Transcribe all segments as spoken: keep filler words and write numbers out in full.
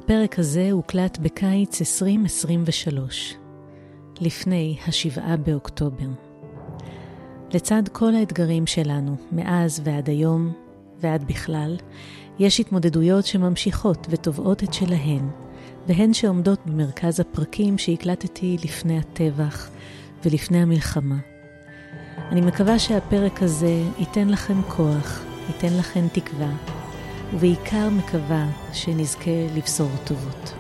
הפרק הזה הוקלט בקיץ עשרים עשרים ושלוש, לפני השבעה באוקטובר. לצד כל האתגרים שלנו, מאז ועד היום ועד בכלל, יש התמודדויות שממשיכות וטובעות את שלהן, והן שעומדות במרכז הפרקים שהקלטתי לפני הטבח ולפני המלחמה. אני מקווה שהפרק הזה ייתן לכם כוח, ייתן לכם תקווה, ובעיקר מקווה שנזכה לבשור טובות.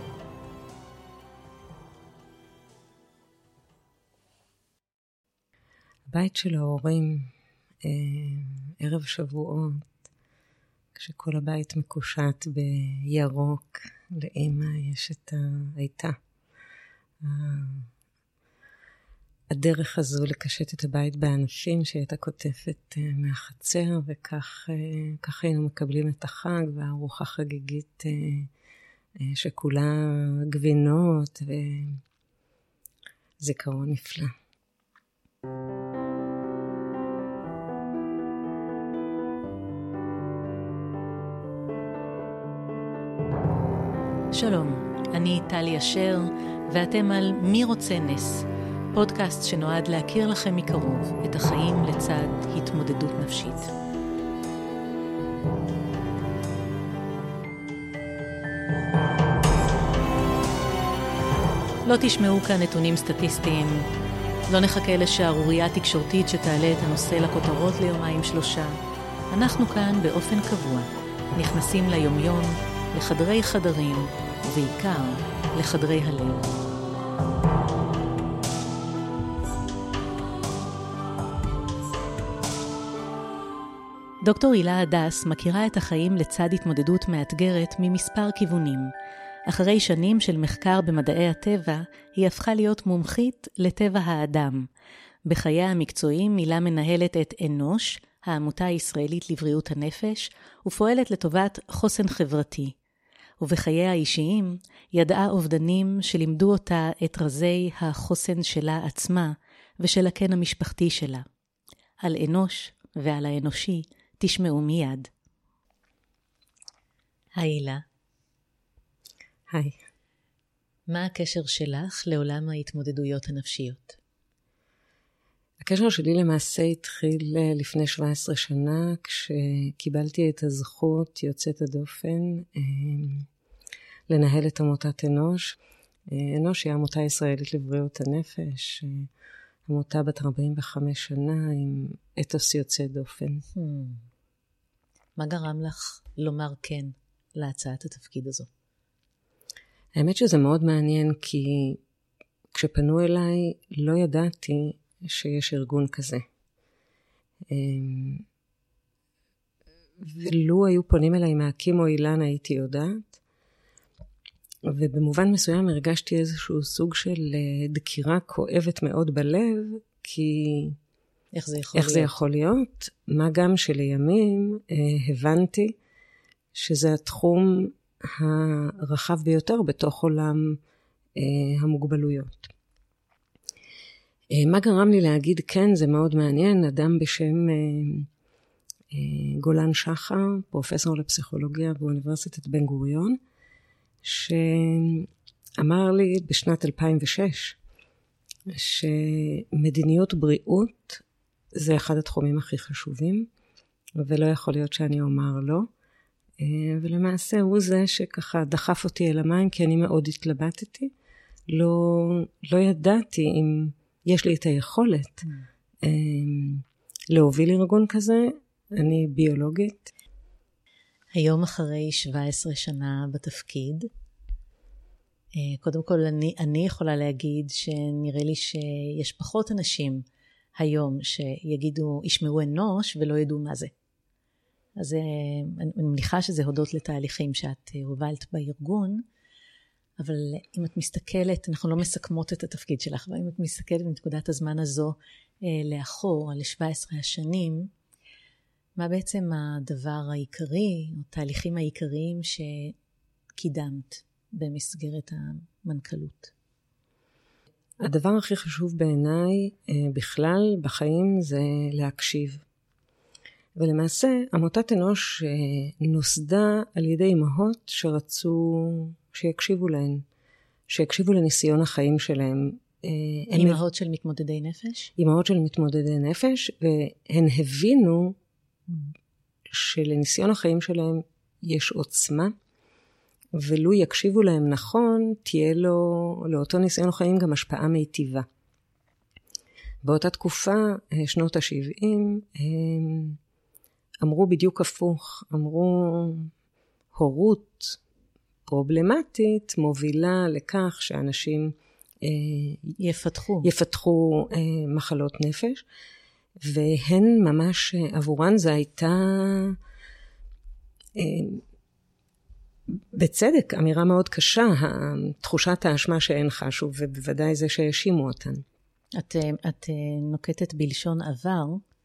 הבית של ההורים, ערב שבועות, כשכל הבית מקושט בירוק, לאמא יש את ה... הייתה. הדרך הזו לקשט את הבית בענפים שהייתה כותפת מהחצר, וכך כך היינו מקבלים את החג והארוחה חגיגית שכולה גבינות וזיכרון נפלא. שלום, אני טלי אשר, ואתם על מי רוצה נס, פודקאסט שנועד להכיר לכם מקרוב את החיים לצד התמודדות נפשית. לא תשמעו כאן נתונים סטטיסטיים, לא נחכה לשערורייה תקשורתית שתעלה את הנושא לכותרות ליומיים שלושה. אנחנו כאן באופן קבוע, נכנסים ליומיום, לחדרי חדרים, ובעיקר לחדרי הלב. דוקטור הילה הדס מכירה את החיים לצד התמודדות מאתגרת ממספר כיוונים. אחרי שנים של מחקר במדעי הטבע, היא הפכה להיות מומחית לטבע האדם. בחייה המקצועיים מילה מנהלת את אנוש, העמותה הישראלית לבריאות הנפש, ופועלת לטובת חוסן חברתי. ובחיי האישיים ידעה אובדנים שלימדו אותה את רזי החוסן שלה עצמה ושל הקן המשפחתי שלה. על אנוש ועל האנושי תשמעו מיד. היי הילה. היי. מה הקשר שלך לעולם ההתמודדויות הנפשיות? הקשר שלי למעשה התחיל לפני שבע עשרה שנה, כשקיבלתי את הזכות יוצאת הדופן לנהל את עמותת אנוש. אנוש היא העמותה הישראלית לבריאות הנפש, עמותה בת ארבעים וחמש שנה עם אתוס יוצא דופן. Hmm. מה גרם לך לומר כן להצעת התפקיד הזו? האמת שזה מאוד מעניין, כי כשפנו אליי לא ידעתי שיש ארגון כזה. ולו היו פונים אליי מהקים או אילן הייתי יודעת, ובמובן מסוים הרגשתי איזשהו סוג של דקירה כואבת מאוד בלב, כי איך זה יכול, איך להיות? זה יכול להיות? מה גם שלימים אה, הבנתי שזה התחום הרחב ביותר בתוך עולם אה, המוגבלויות. מה גרם לי להגיד כן, זה מאוד מעניין. אדם בשם גולן שחר, פרופסור לפסיכולוגיה באוניברסיטת בן גוריון, שאמר לי בשנת אלפיים ושש, שמדיניות בריאות זה אחד התחומים הכי חשובים, ולא יכול להיות שאני אומר לא. ולמעשה הוא זה שככה דחף אותי אל המים, כי אני מאוד התלבטתי. לא, לא ידעתי אם יש לי את היכולת mm. להוביל ארגון כזה. אני ביולוגית. היום אחרי שבע עשרה שנה בתפקיד, קודם כל אני, אני יכולה להגיד שנראה לי שיש פחות אנשים היום שיגידו, ישמעו אנוש ולא ידעו מה זה. אז אני מניחה שזה הודות לתהליכים שאת הובלת בארגון, אבל אם את מסתכלת, אנחנו לא מסכמות את התפקיד שלך, אבל אם את מסתכלת בנקודת הזמן הזו לאחור, על שבע עשרה השנים, מה בעצם הדבר העיקרי, או תהליכים העיקריים שקידמת במסגרת המנכ"לות? הדבר הכי חשוב בעיניי בכלל בחיים זה להקשיב. ולמעשה עמותת אנוש נוסדה על ידי אמהות שרצו שיקשיבו להן, שיקשיבו לניסיון החיים שלהם. אימהות של מתמודדי נפש? אימהות של מתמודדי נפש, והן הבינו שלניסיון החיים שלהם יש עוצמה, ולו יקשיבו להם נכון, תהיה לו, לאותו ניסיון החיים גם השפעה מיטיבה. באותה תקופה, שנות ה-שבעים, הם אמרו בדיוק הפוך, אמרו הורות פרובלמטית מובילה לכך שאנשים יפתחו, יפתחו מחלות נפש, והן ממש עבורן זה הייתה בצדק אמירה מאוד קשה, תחושת האשמה שהן חשו, ובוודאי זה שהאשימו אותן. את, את נוקטת בלשון עבר,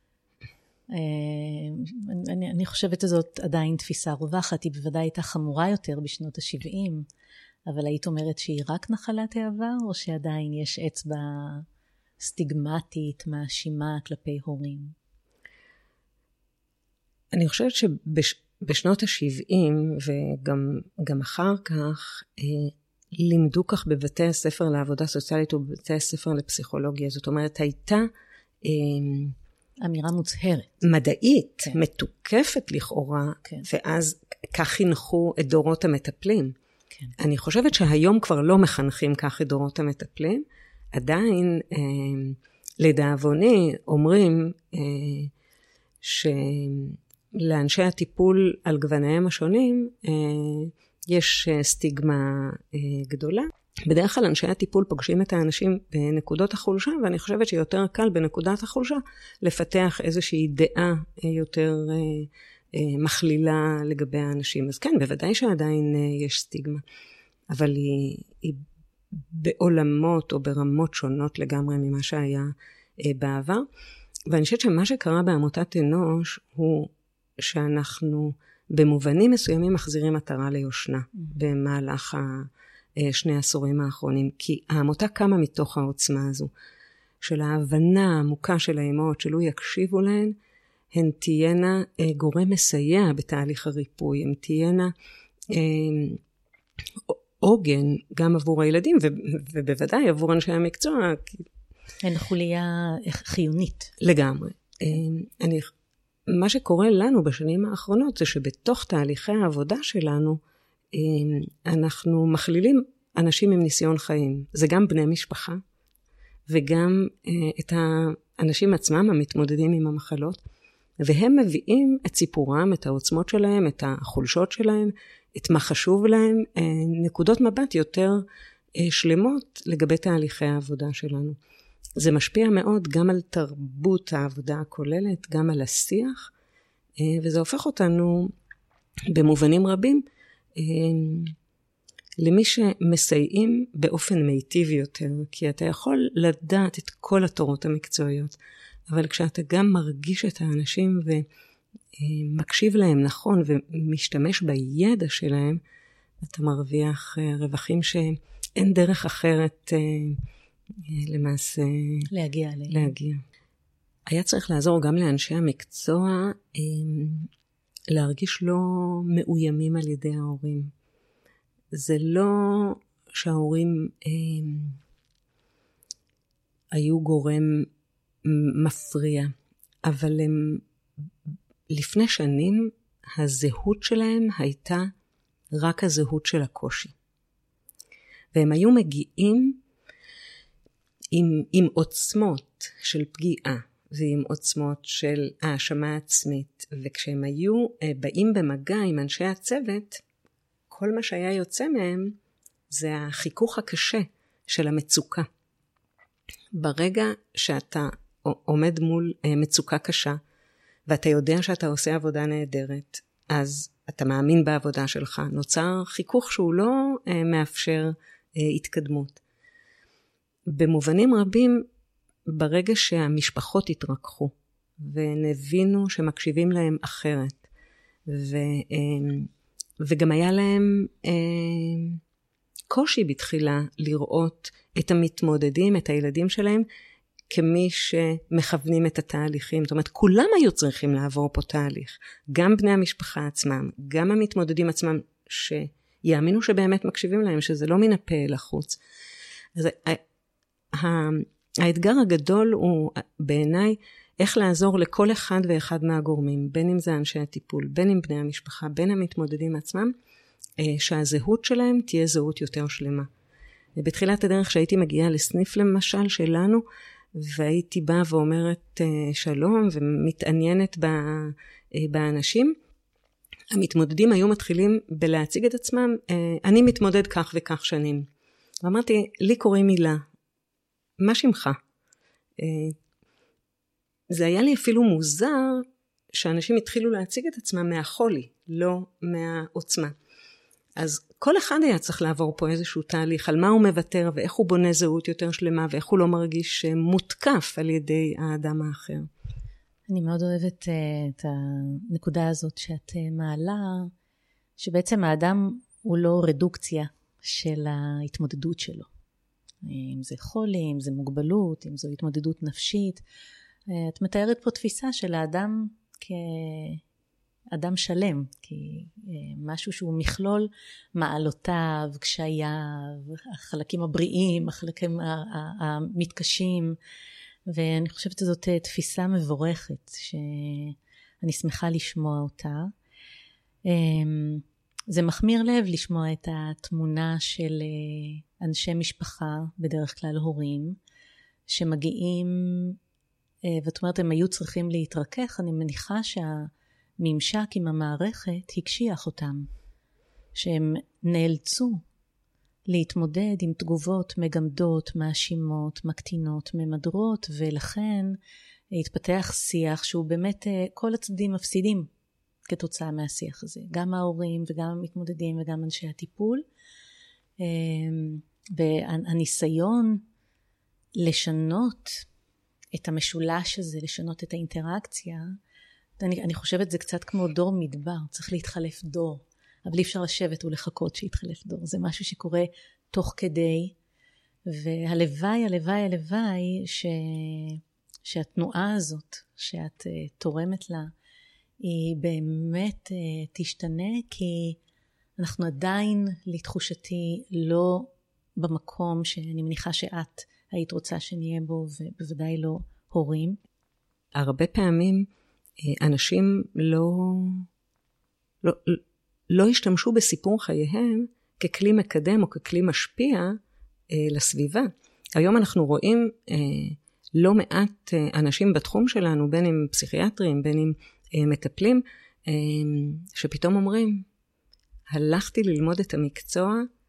אני, אני חושבת שזאת עדיין תפיסה רווחת, היא בוודאי הייתה חמורה יותר בשנות ה-שבעים, אבל היית אומרת שהיא רק נחלת העבר, או שעדיין יש אצבע סטיגמטית, מאשימה כלפי הורים? אני חושבת שבשנות ה-שבעים, וגם גם אחר כך, לימדו כך בבתי הספר לעבודה סוציאלית ובבתי הספר לפסיכולוגיה. זאת אומרת, הייתה אמירה מוצהרת. מדעית, כן. מתוקפת לכאורה, כן. ואז כך חינכו את דורות המטפלים. כן. אני חושבת שהיום כבר לא מחנכים כך את דורות המטפלים, עדיין אה, לדאבוני אומרים אה, שלאנשי הטיפול על גווניהם השונים אה, יש סטיגמה אה, גדולה. בדרך כלל אנשי הטיפול פוגשים את האנשים בנקודות החולשה, ואני חושבת שיותר קל בנקודת החולשה לפתח איזושהי דעה יותר אה, אה, מכלילה לגבי האנשים. אז כן, בוודאי שעדיין אה, יש סטיגמה, אבל היא, היא בעולמות או ברמות שונות לגמרי ממה שהיה אה, בעבר. ואני חושבת שמה שקרה בעמותת אנוש הוא שאנחנו במובנים מסוימים מחזירים מטרה ליושנה mm-hmm. במהלך ה... שני העשורים האחרונים, כי העמותה קמה מתוך העוצמה הזו, של ההבנה העמוקה של האימהות, שלא יקשיבו להן, הן תהיינה גורם מסייע בתהליך הריפוי, הן תהיינה עוגן גם עבור הילדים, ובוודאי עבור אנשי המקצוע. הן חוליה חיונית. לגמרי. אני, מה שקורה לנו בשנים האחרונות, זה שבתוך תהליכי העבודה שלנו, אנחנו מכלילים אנשים עם ניסיון חיים. זה גם בני משפחה, וגם את האנשים עצמם המתמודדים עם המחלות, והם מביאים את סיפורם, את העוצמות שלהם, את החולשות שלהם, את מה חשוב להם, נקודות מבט יותר שלמות לגבי תהליכי העבודה שלנו. זה משפיע מאוד גם על תרבות העבודה הכוללת, גם על השיח, וזה הופך אותנו במובנים רבים, למי שמסייעים באופן מיטיב יותר, כי אתה יכול לדעת את כל התורות המקצועיות, אבל כשאתה גם מרגיש את האנשים ומקשיב להם נכון ומשתמש בידע שלהם, אתה מרוויח רווחים שאין דרך אחרת למעשה להגיע עליהם. להגיע. היה צריך לעזור גם לאנשי המקצוע להרגיש לא מאוימים על ידי ההורים. זה לא שההורים אה, היו גורם מפריע, אבל הם, לפני שנים הזהות שלהם הייתה רק הזהות של הקושי. והם היו מגיעים עם, עם עוצמות של פגיעה, ועם עוצמות של האשמה עצמית, וכשהם היו באים במגע עם אנשי הצוות, כל מה שהיה יוצא מהם זה החיכוך הקשה של המצוקה. ברגע שאתה עומד מול מצוקה קשה, ואתה יודע שאתה עושה עבודה נהדרת, אז אתה מאמין בעבודה שלך, נוצר חיכוך שהוא לא מאפשר התקדמות. במובנים רבים, ברגע שהמשפחות התרככו, ונבינו שמקשיבים להם אחרת, ו, וגם היה להם קושי בתחילה לראות את המתמודדים, את הילדים שלהם, כמי שמכוונים את התהליכים. זאת אומרת, כולם היו צריכים לעבור פה תהליך. גם בני המשפחה עצמם, גם המתמודדים עצמם, יאמינו שבאמת מקשיבים להם, שזה לא מן הפה לחוץ. אז האתגר הגדול הוא בעיניי, איך לעזור לכל אחד ואחד מהגורמים, בין אם זה אנשי הטיפול, בין אם בני המשפחה, בין המתמודדים עצמם, שהזהות שלהם תהיה זהות יותר שלמה. בתחילת הדרך שהייתי מגיעה לסניף למשל שלנו, והייתי באה ואומרת שלום ומתעניינת באנשים, המתמודדים היו מתחילים בלהציג את עצמם, אני מתמודד כך וכך שנים. ואמרתי, לי קוראים מילה, מה שמך? זה היה לי אפילו מוזר שאנשים התחילו להציג את עצמם מהחולי, לא מהעוצמה. אז כל אחד היה צריך לעבור פה איזשהו תהליך, על מה הוא מוותר ואיך הוא בונה זהות יותר שלמה, ואיך הוא לא מרגיש מותקף על ידי האדם האחר. אני מאוד אוהבת uh, את הנקודה הזאת שאת uh, מעלה, שבעצם האדם הוא לא רדוקציה של ההתמודדות שלו. אם זה חולי, אם זה מוגבלות, אם זו התמודדות נפשית. Uh, את מתארת פה תפיסה של האדם כאדם שלם, כי uh, משהו שהוא מכלול מעלותיו, קשייו, החלקים הבריאים, החלקים המתקשים, ואני חושבת שזאת תפיסה מבורכת, שאני שמחה לשמוע אותה. זה מחמיר לב לשמוע את התמונה של אנשי משפחה, בדרך כלל הורים, שמגיעים, ואת אומרת, הם היו צריכים להתרכך, אני מניחה שהממשק עם המערכת הקשיח אותם, שהם נאלצו להתמודד עם תגובות מגמדות, מאשימות, מקטינות, ממדרות, ולכן התפתח שיח שהוא באמת כל הצדדים מפסידים כתוצאה מהשיח הזה. גם ההורים וגם המתמודדים וגם אנשי הטיפול. והניסיון לשנות את המשולש הזה, לשנות את האינטראקציה, אני, אני חושבת זה קצת כמו דור מדבר, צריך להתחלף דור. אבל אי אפשר לשבת ולחכות שיתחלף דור. זה משהו שקורה תוך כדי, והלוואי, הלוואי, הלוואי, ש... שהתנועה הזאת, שאת uh, תורמת לה, היא באמת uh, תשתנה, כי אנחנו עדיין, לתחושתי, לא במקום שאני מניחה שאת היית רוצה שנהיה בו, ובוודאי לא הורים. הרבה פעמים אנשים לא... לא... לא השתמשו בסיפור חייהם ככלי מקדם או ככלי משפיע אה, לסביבה. היום אנחנו רואים אה, לא מעט אה, אנשים בתחום שלנו, בין אם פסיכיאטרים, בין אם אה, מטפלים, אה, שפתאום אומרים, הלכתי ללמוד את המקצוע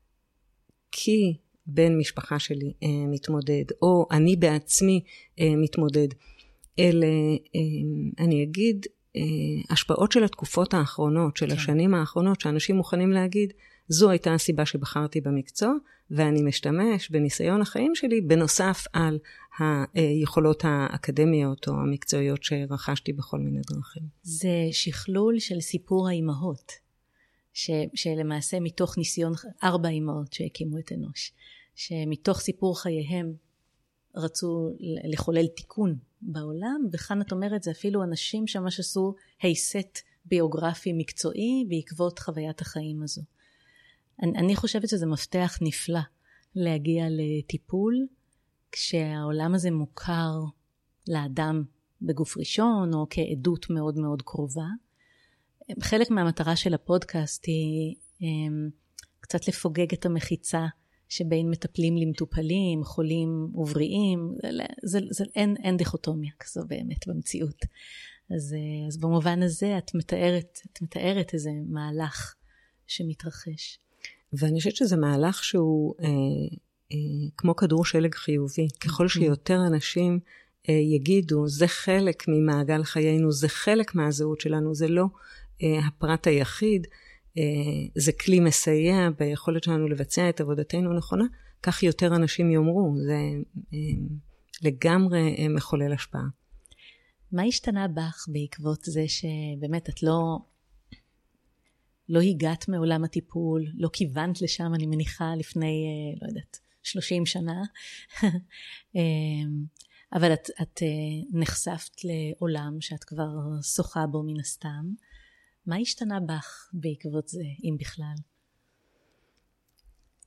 כי בן משפחה שלי אה, מתמודד, או אני בעצמי אה, מתמודד. אלה, אה, אני אגיד, השפעות של התקופות האחרונות, של כן. השנים האחרונות, שאנשים מוכנים להגיד, זו הייתה הסיבה שבחרתי במקצוע, ואני משתמש בניסיון החיים שלי, בנוסף על היכולות האקדמיות או המקצועיות שרכשתי בכל מיני דרכים. זה שכלול של סיפור האימהות, ש, שלמעשה מתוך ניסיון ארבע אימהות שהקימו את אנוש, שמתוך סיפור חייהם רצו לחולל תיקון בעולם, וכאן את אומרת, זה אפילו אנשים שממש עשו היסט ביוגרפי מקצועי בעקבות חוויית החיים הזו. אני, אני חושבת שזה מפתח נפלא להגיע לטיפול, כשהעולם הזה מוכר לאדם בגוף ראשון, או כעדות מאוד מאוד קרובה. חלק מהמטרה של הפודקאסט היא קצת לפוגג את המחיצה, שבין מטפלים למטופלים, חולים ובריאים, זה, זה, אין, אין דיכוטומיה כזו באמת במציאות. אז, אז במובן הזה את מתארת, את מתארת איזה מהלך שמתרחש. ואני חושבת שזה מהלך שהוא אה, אה, כמו כדור שלג חיובי. ככל שיותר אנשים אה, יגידו, זה חלק ממעגל חיינו, זה חלק מהזהות שלנו, זה לא אה, הפרט היחיד, זה כלי מסייע ביכולת שלנו לבצע את עבודתנו נכונה, כך יותר אנשים יאמרו, זה לגמרי מחולל השפעה. מה השתנה בך בעקבות זה שבאמת את לא, לא הגעת מעולם הטיפול, לא כיוונת לשם, אני מניחה, לפני, לא יודעת, שלושים שנה, אבל את, את נחשפת לעולם שאת כבר שוחה בו מן הסתם, מה השתנה בך בעקבות זה, אם בכלל?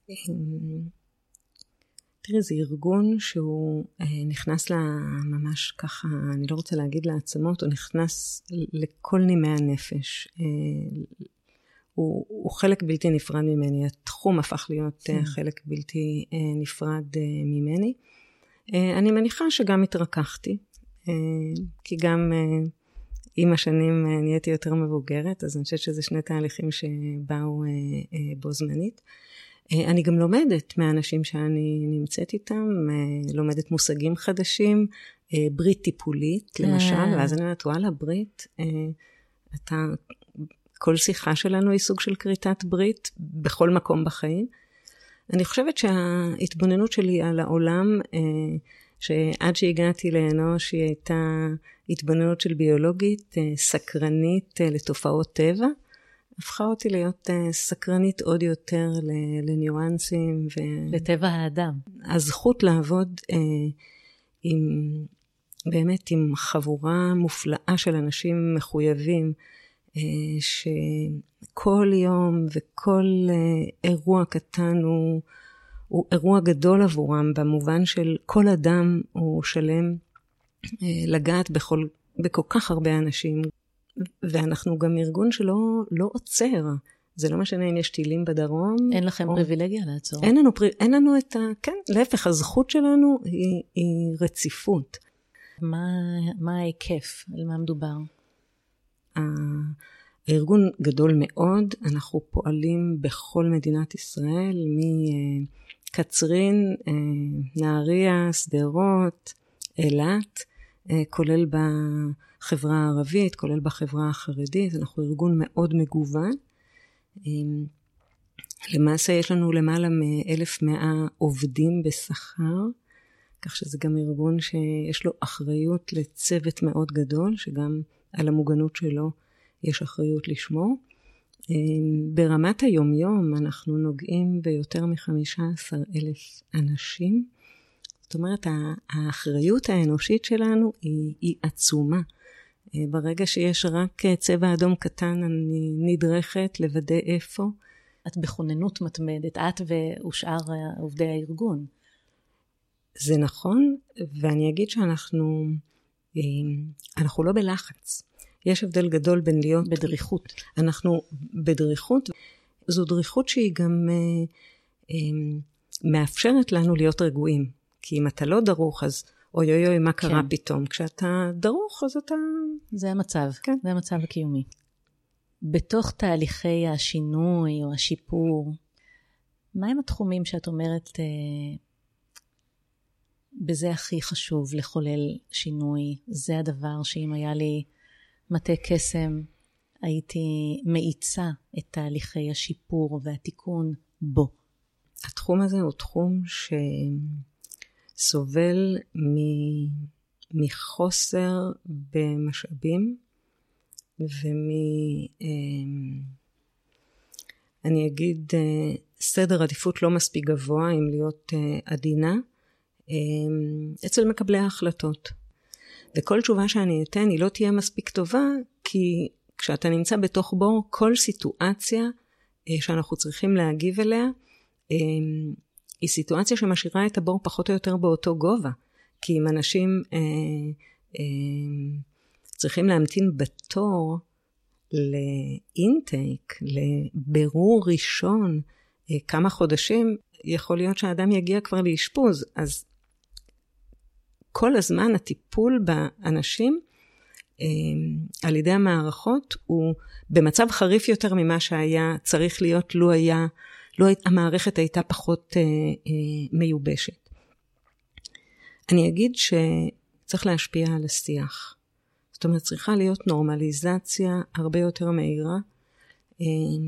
תראי, זה ארגון שהוא נכנס לה ממש ככה, אני לא רוצה להגיד לעצמות, הוא נכנס לכל נימי הנפש. הוא, הוא חלק בלתי נפרד ממני, התחום הפך להיות כן. חלק בלתי נפרד ממני. אני מניחה שגם התרככתי, כי גם עם השנים נהייתי יותר מבוגרת, אז אני חושבת שזה שני תהליכים שבאו בו זמנית. אני גם לומדת מהאנשים שאני נמצאת איתם, לומדת מושגים חדשים, ברית טיפולית למשל, ואז אני אומרת, וואלה, ברית, אתה, כל שיחה שלנו היא סוג של כריתת ברית בכל מקום בחיים. אני חושבת שההתבוננות שלי על העולם, שעד שהגעתי לאנוש היא הייתה התבוננות של ביולוגית, סקרנית לתופעות טבע, הפכה אותי להיות סקרנית עוד יותר לניואנסים. ו... לטבע האדם. הזכות לעבוד עם, באמת עם חבורה מופלאה של אנשים מחויבים, שכל יום וכל אירוע קטן הוא, הוא אירוע גדול עבורם, במובן של כל אדם הוא שלם לגעת בכל, בכל כך הרבה אנשים. ואנחנו גם ארגון שלא לא עוצר. זה לא משנה אם יש טילים בדרום. אין לכם או... פריבילגיה לעצור. אין לנו, אין לנו את ה... כן, להפך, הזכות שלנו היא, היא רציפות. מה, מה ההיקף? על מה מדובר? הארגון גדול מאוד. אנחנו פועלים בכל מדינת ישראל, מקצרין, נהריה, שדרות, אילת, כולל ב... חברה הערבית, כולל בחברה החרדית, אנחנו ארגון מאוד מגוון. למעשה יש לנו למעלה מ-אלף ומאה עובדים בשכר, כך שזה גם ארגון שיש לו אחריות לצוות מאוד גדול, שגם על המוגנות שלו יש אחריות לשמור. ברמת היומיום אנחנו נוגעים ביותר מ-חמישה עשר אלף אנשים. זאת אומרת, האחריות האנושית שלנו היא, היא עצומה. ברגע שיש רק צבע אדום קטן, אני נדרכת לוודא איפה. את בכוננות מתמדת, את ושאר עובדי הארגון. זה נכון, ואני אגיד שאנחנו אנחנו לא בלחץ. יש הבדל גדול בין להיות... בדריכות. אנחנו בדריכות. זו דריכות שהיא גם מאפשרת לנו להיות רגועים. כי אם אתה לא דרוך, אז אוי אוי אוי, מה קרה כן. פתאום? כשאתה דרוך, אז אתה... זה המצב, כן. זה המצב הקיומי. בתוך תהליכי השינוי או השיפור, מהם התחומים שאת אומרת, אה, בזה הכי חשוב לחולל שינוי? זה הדבר שאם היה לי מטה קסם, הייתי מאיצה את תהליכי השיפור והתיקון בו. התחום הזה הוא תחום ש... סובל מחוסר במשאבים, ומ... אני אגיד, סדר עדיפות לא מספיק גבוה, אם להיות עדינה, אצל מקבלי ההחלטות. וכל תשובה שאני אתן היא לא תהיה מספיק טובה, כי כשאתה נמצא בתוך בור, כל סיטואציה שאנחנו צריכים להגיב אליה, היא סיטואציה שמשאירה את הבור פחות או יותר באותו גובה. כי אם אנשים אה, אה, צריכים להמתין בתור לאינטייק, לבירור ראשון, אה, כמה חודשים, יכול להיות שהאדם יגיע כבר לאשפוז. אז כל הזמן הטיפול באנשים אה, על ידי המערכות הוא במצב חריף יותר ממה שהיה צריך להיות לו היה לא, המערכת הייתה פחות אה, אה, מיובשת. אני אגיד שצריך להשפיע על השיח. זאת אומרת, צריכה להיות נורמליזציה הרבה יותר מהירה אה,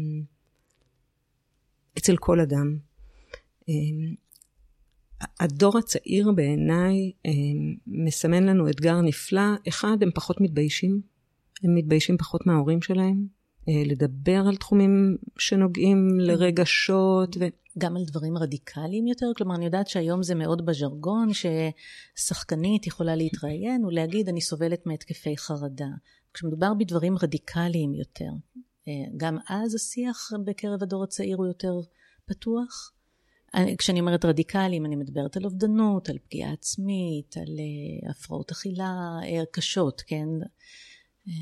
אצל כל אדם. אה, הדור הצעיר בעיניי אה, מסמן לנו אתגר נפלא. אחד, הם פחות מתביישים. הם מתביישים פחות מההורים שלהם. לדבר על תחומים שנוגעים לרגשות. ו... גם על דברים רדיקליים יותר? כלומר, אני יודעת שהיום זה מאוד בז'רגון, ששחקנית יכולה להתראיין ולהגיד, אני סובלת מהתקפי חרדה. כשמדובר בדברים רדיקליים יותר, גם אז השיח בקרב הדור הצעיר הוא יותר פתוח? כשאני אומרת רדיקליים, אני מדברת על אובדנות, על פגיעה עצמית, על uh, הפרעות אכילה uh, קשות, כן? Uh,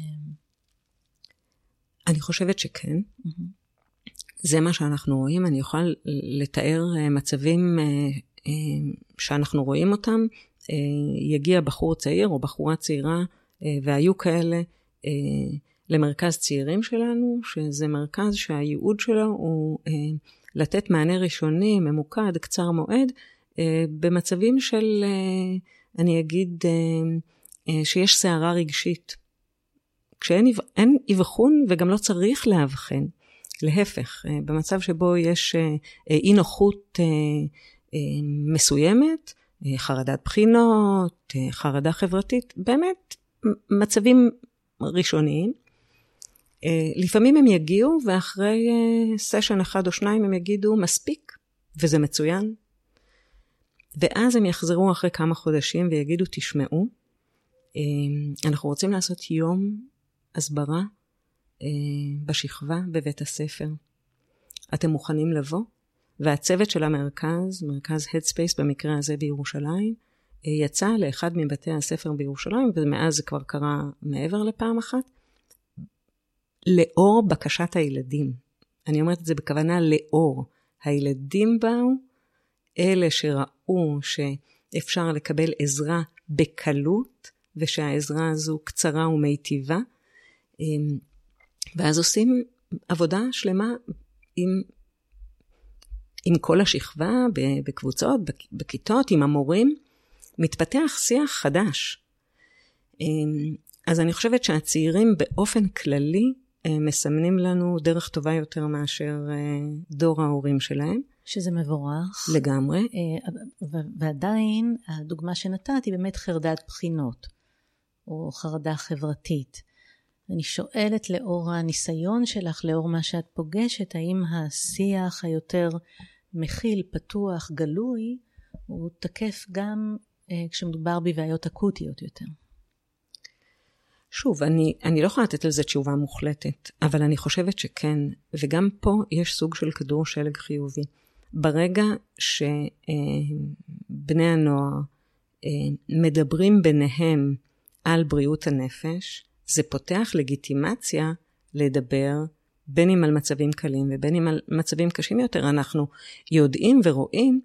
אני חושבת שכן. uh-huh. זה מה שאנחנו רואים. אני יכולה לתאר uh, מצבים uh, uh, שאנחנו רואים אותם. Uh, יגיע בחור צעיר או בחורה צעירה, uh, והיו כאלה uh, למרכז צעירים שלנו, שזה מרכז שהייעוד שלו הוא uh, לתת מענה ראשוני, ממוקד, קצר מועד, אה, במצבים של, אה, אני אגיד, אה, אה, שיש שערה רגשית. כשאין אין אבחון וגם לא צריך להבחן. להפך, אה, במצב שבו יש אה, אי נוחות אה, אה, מסוימת, אה, חרדת בחינות, אה, חרדה חברתית, באמת מצבים ראשוניים, לפעמים הם יגיעו, ואחרי סשן אחד או שניים הם יגידו מספיק, וזה מצוין. ואז הם יחזרו אחרי כמה חודשים ויגידו, תשמעו, אנחנו רוצים לעשות יום הסברה בשכבה בבית הספר. אתם מוכנים לבוא? והצוות של המרכז, מרכז Headspace במקרה הזה בירושלים, יצא לאחד מבתי הספר בירושלים, ומאז זה כבר קרה מעבר לפעם אחת, לאור בקשת הילדים. אני אומרת את זה בכוונה לאור. הילדים באו, אלה שראו שאפשר לקבל עזרה בקלות, ושהעזרה הזו קצרה ומיטיבה, ואז עושים עבודה שלמה עם, עם כל השכבה, בקבוצות, בכיתות, עם המורים, מתפתח שיח חדש. אז אני חושבת שהצעירים באופן כללי, מסמנים לנו דרך טובה יותר מאשר דור ההורים שלהם. שזה מבורך. לגמרי. ועדיין הדוגמה שנתת היא באמת חרדת בחינות, או חרדה חברתית. אני שואלת לאור הניסיון שלך, לאור מה שאת פוגשת, האם השיח היותר מכיל, פתוח, גלוי, הוא תקף גם כשמדובר בבעיות אקוטיות יותר. שוב, אני, אני לא יכולה לתת על זה תשובה מוחלטת, אבל אני חושבת שכן, וגם פה יש סוג של כדור שלג חיובי. ברגע שבני הנוער מדברים ביניהם על בריאות הנפש, זה פותח לגיטימציה לדבר בין אם על מצבים קלים ובין אם על מצבים קשים יותר. אנחנו יודעים ורואים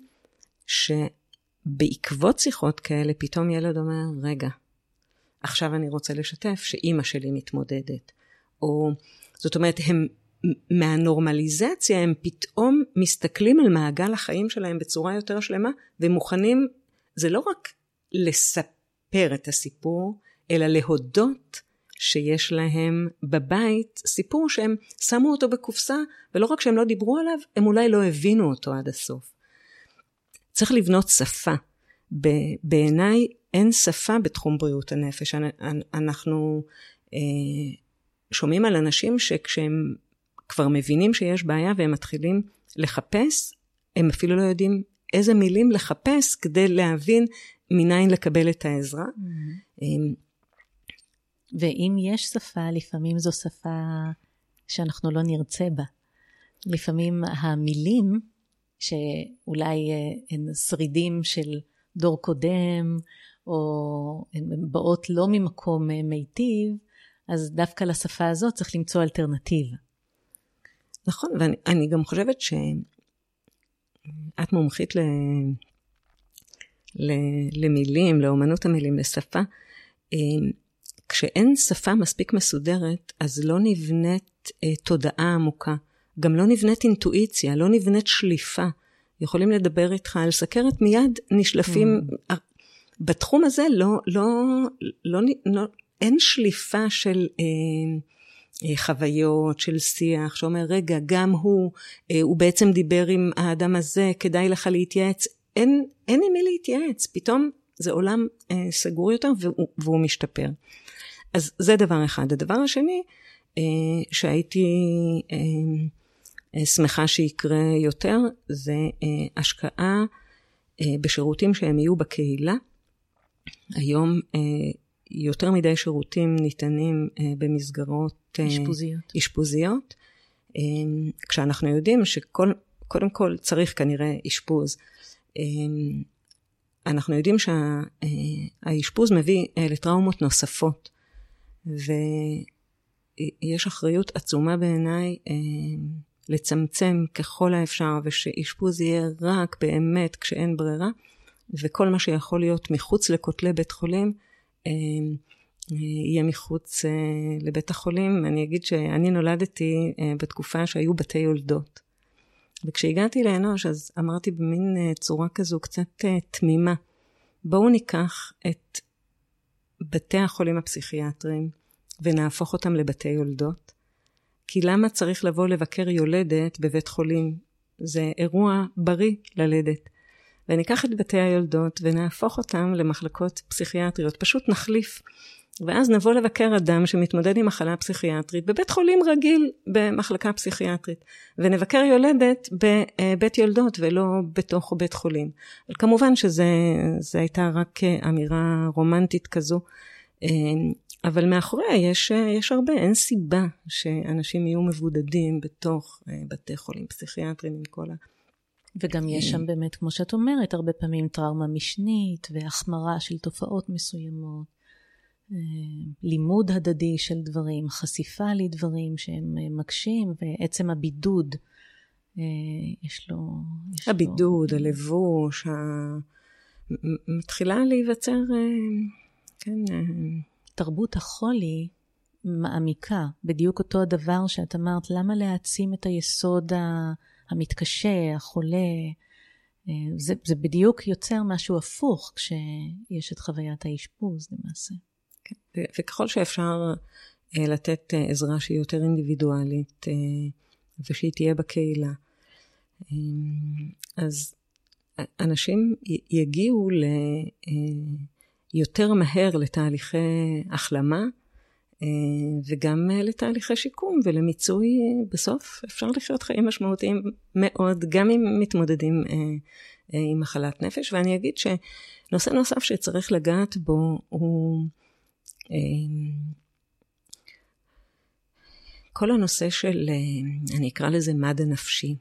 שבעקבות שיחות כאלה פתאום ילד אומר, רגע, עכשיו אני רוצה לשתף שאימא שלי מתמודדת. או, זאת אומרת, הם מהנורמליזציה, הם פתאום מסתכלים על מעגל החיים שלהם בצורה יותר שלמה, ומוכנים, זה לא רק לספר את הסיפור, אלא להודות שיש להם בבית סיפור שהם שמו אותו בקופסה, ולא רק שהם לא דיברו עליו, הם אולי לא הבינו אותו עד הסוף. צריך לבנות שפה. בעיניי אין שפה בתחום בריאות הנפש. אנחנו אה, שומעים על אנשים שכשהם כבר מבינים שיש בעיה והם מתחילים לחפש, הם אפילו לא יודעים איזה מילים לחפש כדי להבין מניין לקבל את העזרה. Mm-hmm. ואם יש שפה, לפעמים זו שפה שאנחנו לא נרצה בה. לפעמים המילים שאולי הן שרידים של דור קודם, או הן באות לא ממקום מיטיב, אז דווקא לשפה הזאת צריך למצוא אלטרנטיבה. נכון, ואני אני גם חושבת שאת מומחית ל, ל, למילים, לאומנות המילים, לשפה. כשאין שפה מספיק מסודרת, אז לא נבנית תודעה עמוקה. גם לא נבנית אינטואיציה, לא נבנית שליפה. יכולים לדבר איתך על סכרת, מיד נשלפים. Mm. בתחום הזה לא, לא, לא, לא, אין שליפה של אה, אה, חוויות, של שיח, שאומר, רגע, גם הוא, אה, הוא בעצם דיבר עם האדם הזה, כדאי לך להתייעץ. אין, אין עם מי להתייעץ. פתאום זה עולם אה, סגור יותר, והוא, והוא משתפר. אז זה דבר אחד. הדבר השני, אה, שהייתי אה, שמחה שיקרה יותר, זה אה, השקעה אה, בשירותים שהם יהיו בקהילה. היום אה, יותר מדי שירותים ניתנים אה, במסגרות אה, אשפוזיות. אשפוזיות, אה, כשאנחנו יודעים שכל קודם כל צריך כנראה אשפוז. אנחנו יודעים שהאשפוז מביא לטראומות נוספות, ויש אחריות עצומה בעיניי לצמצם ככל האפשר, ושאשפוז יהיה רק באמת כשאין ברירה, וכל מה שיכול להיות מחוץ לכותלי בית חולים, יהיה מחוץ לבית החולים. אני אגיד שאני נולדתי בתקופה שהיו בתי יולדות. וכשהגעתי לאנוש, אז אמרתי במין צורה כזו קצת תמימה, בואו ניקח את בתי החולים הפסיכיאטריים, ונהפוך אותם לבתי יולדות, כי למה צריך לבוא לבקר יולדת בבית חולים? זה אירוע בריא ללדת. וניקח את בתי היולדות, ונהפוך אותם למחלקות פסיכיאטריות, פשוט נחליף. ואז נבוא לבקר אדם שמתמודד עם מחלה פסיכיאטרית, בבית חולים רגיל במחלקה פסיכיאטרית, ונבקר יולדת בבית יולדות ולא בתוך בית חולים. אבל כמובן שזה זה הייתה רק אמירה רומנטית כזו, אבל מאחוריה יש, יש הרבה, אין סיבה שאנשים יהיו מבודדים בתוך בתי חולים פסיכיאטריים עם כל ה... וגם יש שם באמת, כמו שאת אומרת, הרבה פעמים טראומה משנית והחמרה של תופעות מסוימות. לימוד הדדי של דברים, חשיפה לדברים שהם מקשים, ועצם הבידוד, יש לו... יש הבידוד, לו... הלבוש, ה... מתחילה להיווצר, כן... תרבות החולי מעמיקה, בדיוק אותו הדבר שאת אמרת, למה להעצים את היסוד המתקשה, החולה, זה, זה בדיוק יוצר משהו הפוך, כשיש את חוויית האשפוז למעשה. וככל שאפשר לתת עזרה שהיא יותר אינדיבידואלית, ושהיא תהיה בקהילה, אז אנשים יגיעו יותר מהר לתהליכי החלמה, וגם לתהליכי שיקום ולמיצוי. בסוף אפשר לחיות חיים משמעותיים מאוד, גם אם מתמודדים עם מחלת נפש. ואני אגיד שנושא נוסף שצריך לגעת בו הוא כל הנושא של, אני אקרא לזה מדע נפשי.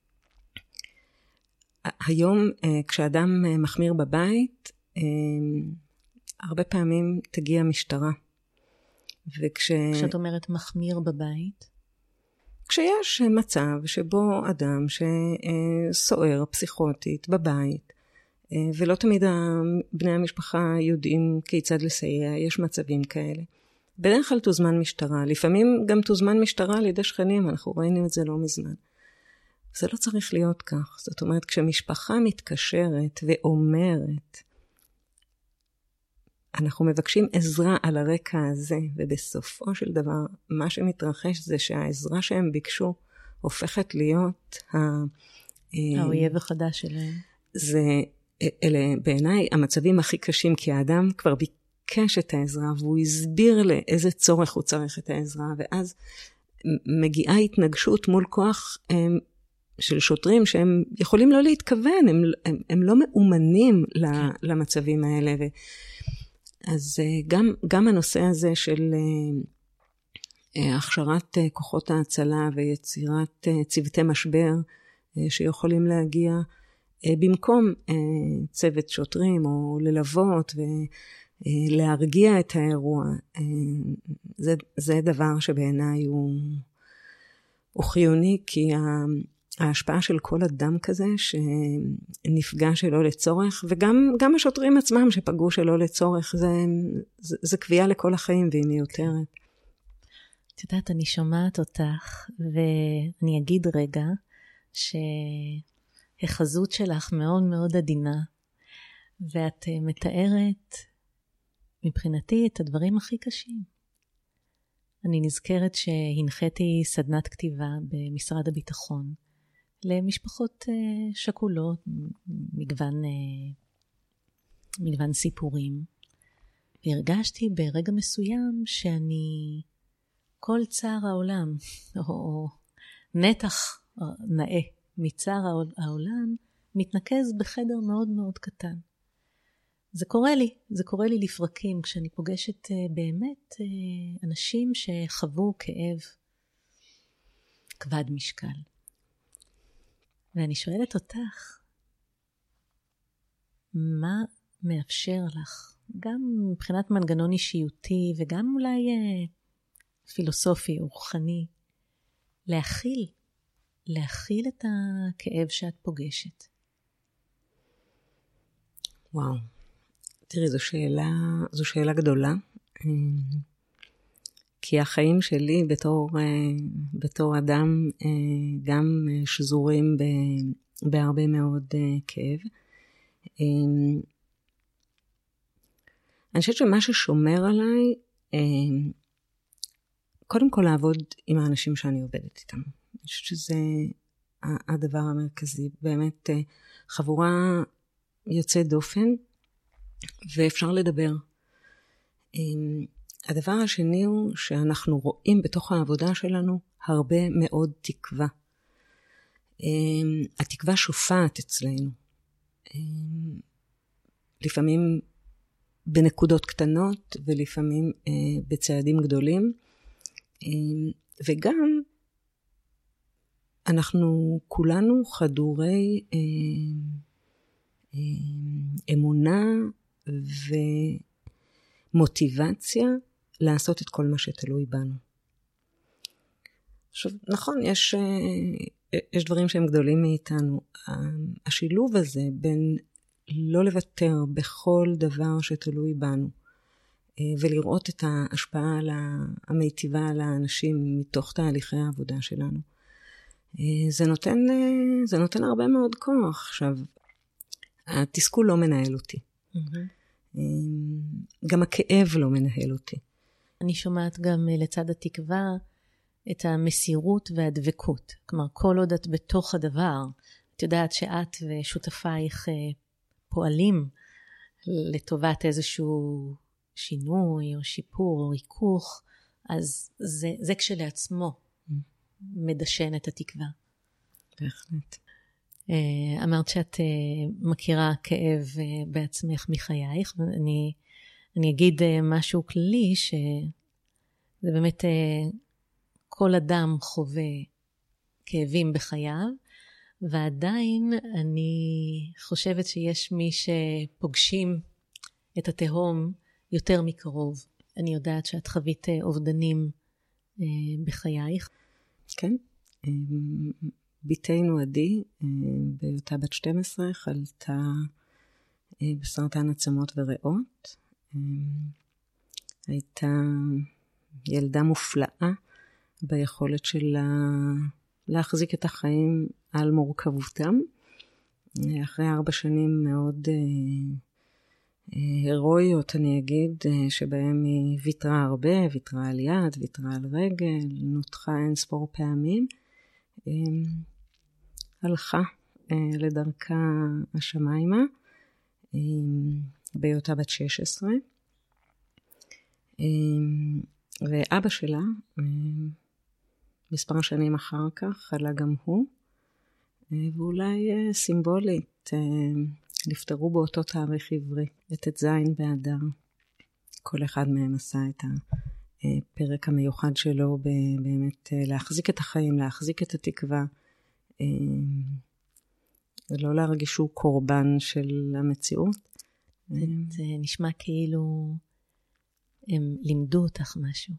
היום כשאדם מחמיר בבית, הרבה פעמים תגיע משטרה. וכש... כשאת אומרת מחמיר בבית? כשיש מצב שבו אדם שסוער פסיכוטית בבית, ולא תמיד בני המשפחה יודעים כיצד לסייע, יש מצבים כאלה. בדרך כלל תוזמן משטרה, לפעמים גם תוזמן משטרה על ידי שכנים, אנחנו ראינו את זה לא מזמן. זה לא צריך להיות כך. זאת אומרת, כשמשפחה מתקשרת ואומרת, אנחנו מבקשים עזרה על הרקע הזה, ובסופו של דבר, מה שמתרחש זה שהעזרה שהם ביקשו, הופכת להיות האויב החדש שלהם. זה, אלה בעיניי המצבים הכי קשים, כי האדם כבר ביקש את העזרה, והוא הסביר לאיזה צורך הוא צריך את העזרה, ואז מגיעה התנגשות מול כוח של שוטרים, שהם יכולים לא להתכוון, הם, הם, הם לא מאומנים למצבים האלה, ו... אז גם, גם הנושא הזה של הכשרת כוחות ההצלה ויצירת צוותי משבר שיכולים להגיע במקום צוות שוטרים או ללוות ולהרגיע את האירוע, זה, זה דבר שבעיניי הוא, הוא חיוני, כי ההשפעה של כל אדם כזה שנפגע שלא לצורך, וגם גם השוטרים עצמם שפגעו שלא לצורך, זה, זה, זה קביעה לכל החיים והיא מיותרת. את יודעת, אני שומעת אותך, ואני אגיד רגע שהחזות שלך מאוד מאוד עדינה, ואת מתארת מבחינתי את הדברים הכי קשים. אני נזכרת שהנחיתי סדנת כתיבה במשרד הביטחון, למשפחות שכולות, מגוון, מגוון סיפורים. והרגשתי ברגע מסוים שאני, כל צער העולם, או נתח נאה מצער העולם, מתנקז בחדר מאוד מאוד קטן. זה קורה לי, זה קורה לי לפרקים, כשאני פוגשת באמת אנשים שחוו כאב כבד משקל. ואני שואלת אותך, מה מאפשר לך, גם מבחינת מנגנון אישיותי, וגם אולי אה, פילוסופי או רוחני, להכיל, להכיל את הכאב שאת פוגשת? וואו, תראי, זו שאלה, זו שאלה גדולה. כי החיים שלי בתור, בתור אדם גם שזורים בהרבה מאוד כאב. אני חושבת שמה ששומר עליי, קודם כל לעבוד עם האנשים שאני עובדת איתם. אני חושבת שזה הדבר המרכזי. באמת חבורה יוצאת דופן, ואפשר לדבר. הדבר השני הוא שאנחנו רואים בתוך העבודה שלנו הרבה מאוד תקווה. התקווה שופעת אצלנו. לפעמים בנקודות קטנות ולפעמים בצעדים גדולים. וגם אנחנו כולנו חדורי אמונה ומוטיבציה לעשות את כל מה שתלוי בנו. עכשיו, נכון, יש, יש דברים שהם גדולים מאיתנו. השילוב הזה בין לא לוותר בכל דבר שתלוי בנו, ולראות את ההשפעה המיטיבה על האנשים מתוך תהליכי העבודה שלנו, זה נותן, זה נותן הרבה מאוד כוח. עכשיו, התסכול לא מנהל אותי. Mm-hmm. גם הכאב לא מנהל אותי. אני שומעת גם לצד התקווה את המסירות והדבקות. כלומר, כל עוד את בתוך הדבר, את יודעת שאת ושותפייך פועלים לטובת איזשהו שינוי או שיפור או ריכוך, אז זה, זה כשלעצמו mm. מדשן את התקווה. בהחלט. אמרת שאת מכירה כאב בעצמך מחייך, ואני אני אגיד משהו כללי, שזה באמת כל אדם חווה כאבים בחייו, ועדיין אני חושבת שיש מי שפוגשים את התהום יותר מקרוב. אני יודעת שאת חווית אובדנים בחייך. כן. ביתנו עדי, בהיותה בת שתים עשרה, חלתה בסרטן עצמות וריאות. הייתה ילדה מופלאה ביכולת שלה להחזיק את החיים על מורכבותם. אחרי ארבע שנים מאוד הירואיות, אני אגיד, שבהם היא ויתרה הרבה, ויתרה על יד, ויתרה על רגל, נותחה אין ספור פעמים. הלכה לדרכה השמיימה, בהיותה בת שש עשרה. ואבא שלה, מספר שנים אחר כך, חלה גם הוא, ואולי סימבולית, נפטרו באותו תאריך עברי, את זין באדר. כל אחד מהם עשה את הפרק המיוחד שלו, באמת להחזיק את החיים, להחזיק את התקווה, ולא להרגיש שהוא קורבן של המציאות. זה נשמע כאילו הם לימדו אותך משהו.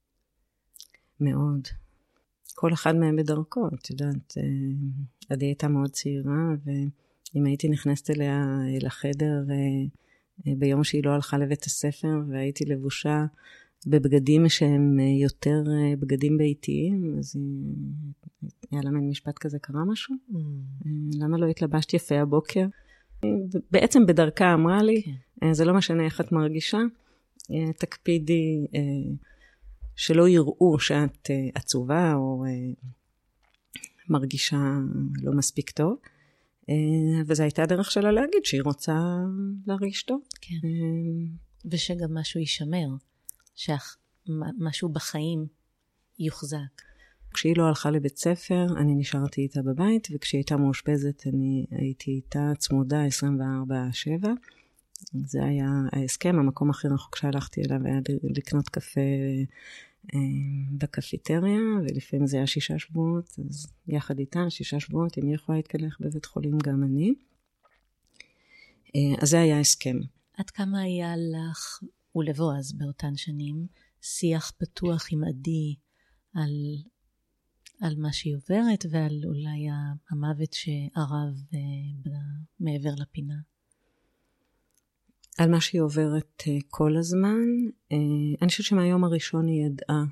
מאוד. כל אחד מהם בדרכו, את יודעת, עדי הייתה מאוד צעירה, ואם הייתי נכנסת אליה לחדר ביום שהיא לא הלכה לבית הספר, והייתי לבושה בבגדים שהם יותר בגדים ביתיים, אז היה לה מן משפט כזה, קרה משהו? Mm. למה לא התלבשת יפה הבוקר? בעצם בדרכה אמרה לי, okay. זה לא משנה איך את מרגישה, תקפידי שלא יראו שאת עצובה או מרגישה לא מספיק טוב, וזו הייתה דרך שלה להגיד שהיא רוצה להרגיש טוב. כן. ושגם משהו יישמר, שמשהו בחיים יוחזק. כשהיא לא הלכה לבית ספר, אני נשארתי איתה בבית, וכשהיא הייתה מאושפזת, אני הייתי איתה צמודה עשרים וארבע שבע. זה היה ההסכם, המקום הכי רחוק שהלכתי אליו היה לקנות קפה בקפיטריה, ולפעמים זה היה שישה שבועות, אז יחד איתה, שישה שבועות, אם היא יכולה להתקלח בבית חולים, גם אני. אז זה היה הסכם. עד כמה היה לך ולבועז באותן שנים, שיח פתוח עם עדי על, על מה שהיא עוברת, ועל אולי המוות שערב מעבר לפינה? על מה שהיא עוברת כל הזמן. אני חושבת שמהיום הראשון היא ידעה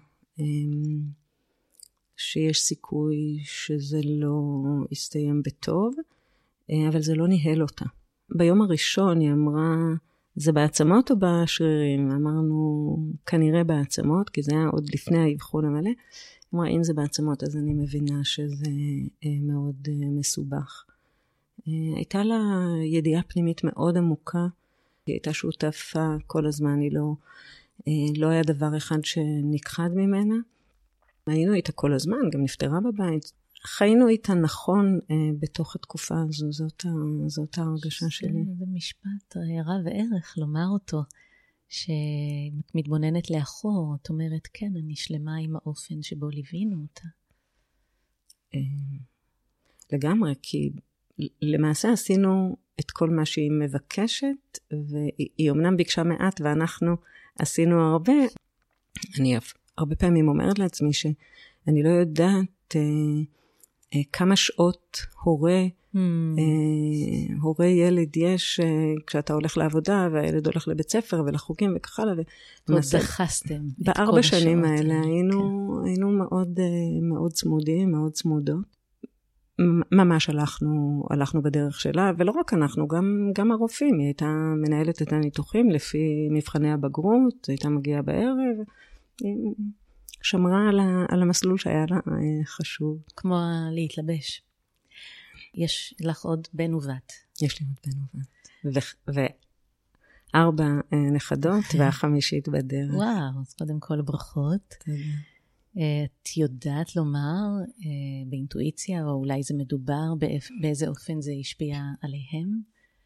שיש סיכוי שזה לא יסתיים בטוב, אבל זה לא ניהל אותה. ביום הראשון היא אמרה, זה בעצמות או בשרירים? אמרנו, כנראה בעצמות, כי זה היה עוד לפני האבחון המלא. אמרה, אם זה בעצמות, אז אני מבינה שזה מאוד מסובך. הייתה לה ידיעה פנימית מאוד עמוקה, היא הייתה שותפה כל הזמן, היא לא, לא היה דבר אחד שנכחד ממנה. היינו איתה כל הזמן, גם נפטרה בבית. חיינו איתה נכון אה, בתוך התקופה הזו, זאת, ה, זאת ההרגשה שלי. זה משפט רב וערך לומר אותו, שאת מתבוננת לאחור, את אומרת, כן, אני שלמה עם האופן שבו ליווינו אותה. אה, לגמרי, כי למעשה עשינו את כל מה שהיא מבקשת, והיא אמנם ביקשה מעט, ואנחנו עשינו הרבה. אני הרבה פעמים אומרת לעצמי שאני לא יודעת אה, אה, כמה שעות הורה, hmm. אה, הורה ילד יש אה, כשאתה הולך לעבודה, והילד הולך לבית ספר ולחוגים וכך הלאה. ועוד דחסתם. בארבע שנים האלה היינו, כן. היינו מאוד, אה, מאוד צמודים, מאוד צמודות. ממש הלכנו, הלכנו בדרך שלה, ולא רק אנחנו, גם, גם הרופאים. היא הייתה מנהלת את הניתוחים לפי מבחני הבגרות, הייתה מגיעה בערב, היא שמרה על, ה, על המסלול שהיה לה חשוב. כמו להתלבש. יש לך עוד בן ובת. יש לי עוד בן ובת. ו, וארבע נכדות, והחמישית בדרך. וואו, אז קודם כל ברכות. תודה. את יודעת לומר באינטואיציה, או אולי זה מדובר, באיזה אופן זה השפיע עליהם?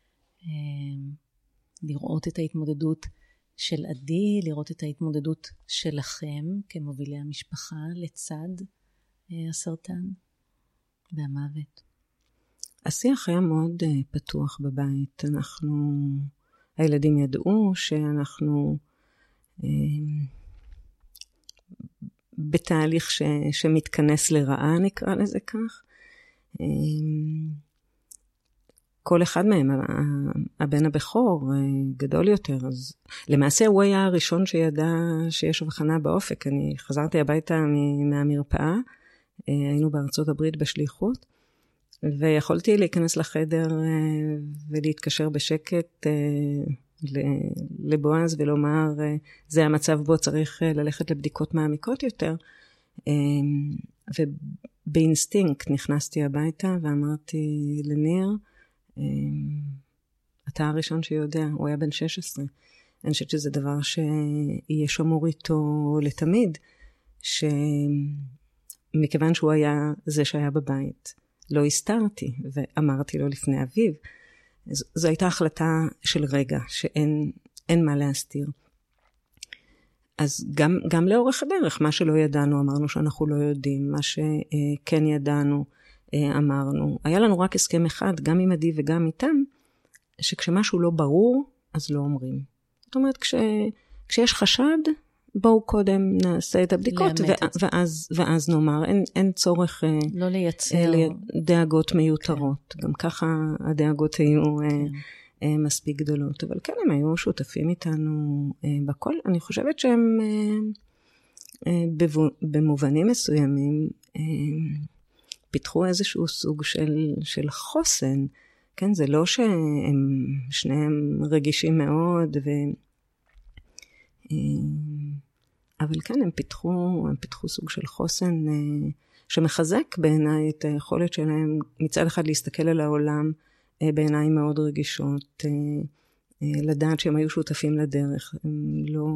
לראות את ההתמודדות של עדי, לראות את ההתמודדות שלכם כמובילי המשפחה לצד הסרטן והמוות. השיח היה מאוד פתוח בבית. אנחנו, הילדים ידעו שאנחנו בתהליך ש, שמתכנס לרעה, נקרא לזה כך. כל אחד מהם, הבן הבכור, גדול יותר, אז למעשה הוא היה הראשון שידע שיש הבחנה באופק. אני חזרתי הביתה מהמרפאה, היינו בארצות הברית בשליחות, ויכולתי להיכנס לחדר ולהתקשר בשקט לבועז ולומר, זה המצב בו צריך ללכת לבדיקות מעמיקות יותר. ובאינסטינקט נכנסתי הביתה ואמרתי לניר, אתה הראשון שיודע, הוא היה בן שש עשרה. אני חושבת שזה דבר שיהיה שמור איתו לתמיד, שמכיוון שהוא היה זה שהיה בבית, לא הסתרתי ואמרתי לו לפני אביו, זו הייתה החלטה של רגע, שאין אין מה להסתיר. אז גם, גם לאורך הדרך, מה שלא ידענו, אמרנו שאנחנו לא יודעים, מה שכן ידענו, אמרנו. היה לנו רק הסכם אחד, גם עם עדי וגם איתם, שכשמשהו לא ברור, אז לא אומרים. זאת אומרת, כש, כשיש חשד, בואו קודם נעשה את הבדיקות, ו- ואז, ואז נאמר, אין, אין צורך לא לייצר דאגות מיותרות. כן. גם ככה הדאגות היו כן. מספיק גדולות. אבל כן, הם היו שותפים איתנו בכל. אני חושבת שהם במובנים מסוימים פיתחו איזשהו סוג של, של חוסן. כן, זה לא שהם שניהם רגישים מאוד, ו... אבל כן, הם פיתחו, הם פיתחו סוג של חוסן שמחזק בעיניי את היכולת שלהם מצד אחד להסתכל על העולם בעיניים מאוד רגישות, לדעת שהם היו שותפים לדרך, הם לא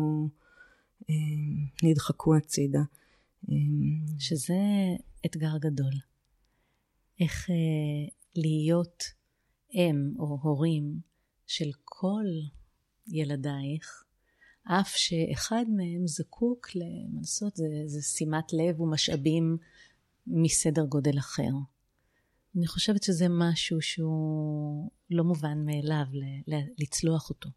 נדחקו הצידה. שזה אתגר גדול. איך להיות אם או הורים של כל ילדייך, אף שאחד מהם זקוק למנסות, זה, זה שימת לב ומשאבים מסדר גודל אחר. אני חושבת שזה משהו שהוא לא מובן מאליו, ל- ל- לצלוח אותו.